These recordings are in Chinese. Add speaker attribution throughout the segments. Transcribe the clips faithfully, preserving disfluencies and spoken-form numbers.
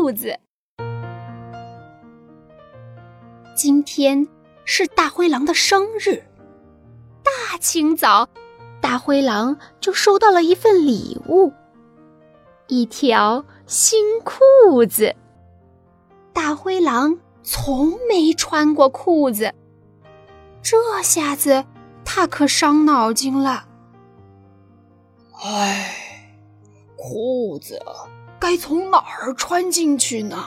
Speaker 1: 裤子。今天是大灰狼的生日，大清早，大灰狼就收到了一份礼物，一条新裤子。大灰狼从没穿过裤子，这下子他可伤脑筋了。
Speaker 2: 唉，裤子该从哪儿穿进去呢？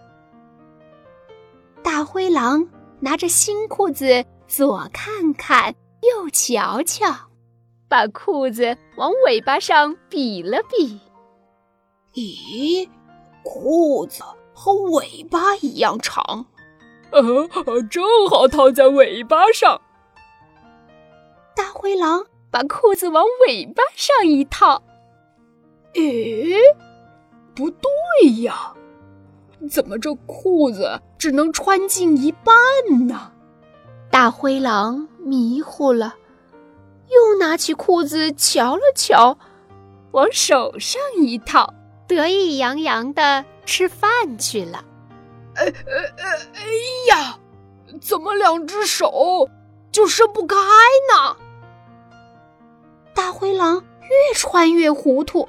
Speaker 1: 大灰狼拿着新裤子左看看右瞧瞧，把裤子往尾巴上比了比。
Speaker 2: 咦，裤子和尾巴一样长，
Speaker 3: 呃，正好套在尾巴上。
Speaker 1: 大灰狼把裤子往尾巴上一套。
Speaker 2: 诶，不对呀，怎么这裤子只能穿进一半呢？
Speaker 1: 大灰狼迷糊了，又拿起裤子瞧了瞧，往手上一套，得意洋洋地吃饭去了。
Speaker 2: 哎哎哎哎呀，怎么两只手就伸不开呢？
Speaker 1: 大灰狼越穿越糊涂，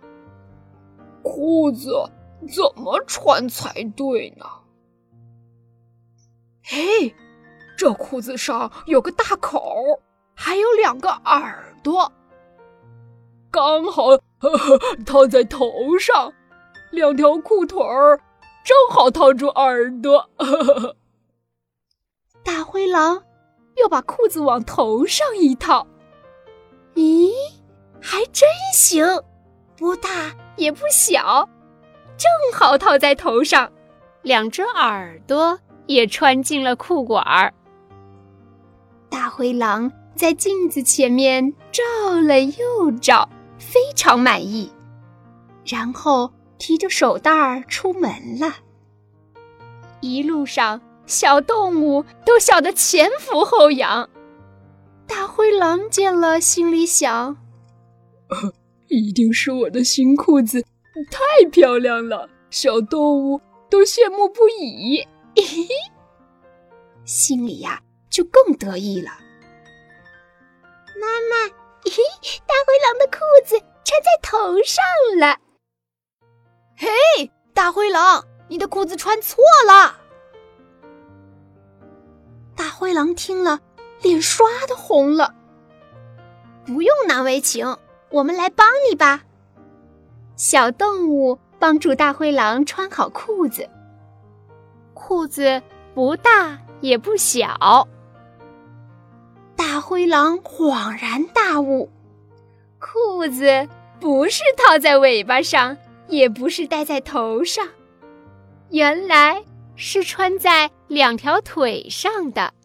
Speaker 2: 裤子怎么穿才对呢？嘿，这裤子上有个大口，还有两个耳朵，
Speaker 3: 刚好呵呵套在头上，两条裤腿儿正好套住耳朵。呵呵
Speaker 1: 大灰狼又把裤子往头上一套，咦，还真行，不大也不小，正好套在头上，两只耳朵也穿进了裤管儿。大灰狼在镜子前面照了又照，非常满意，然后提着手袋儿出门了。一路上，小动物都笑得前俯后仰。大灰狼见了，心里想：
Speaker 3: 一定是我的新裤子太漂亮了，小动物都羡慕不已。
Speaker 1: 心里呀、啊、就更得意了。妈妈，大灰狼的裤子穿在头上了。
Speaker 2: 嘿，大灰狼，你的裤子穿错了。
Speaker 1: 大灰狼听了，脸刷的红了。不用难为情，我们来帮你吧。小动物帮助大灰狼穿好裤子，裤子不大也不小。大灰狼恍然大悟，裤子不是套在尾巴上，也不是戴在头上，原来是穿在两条腿上的。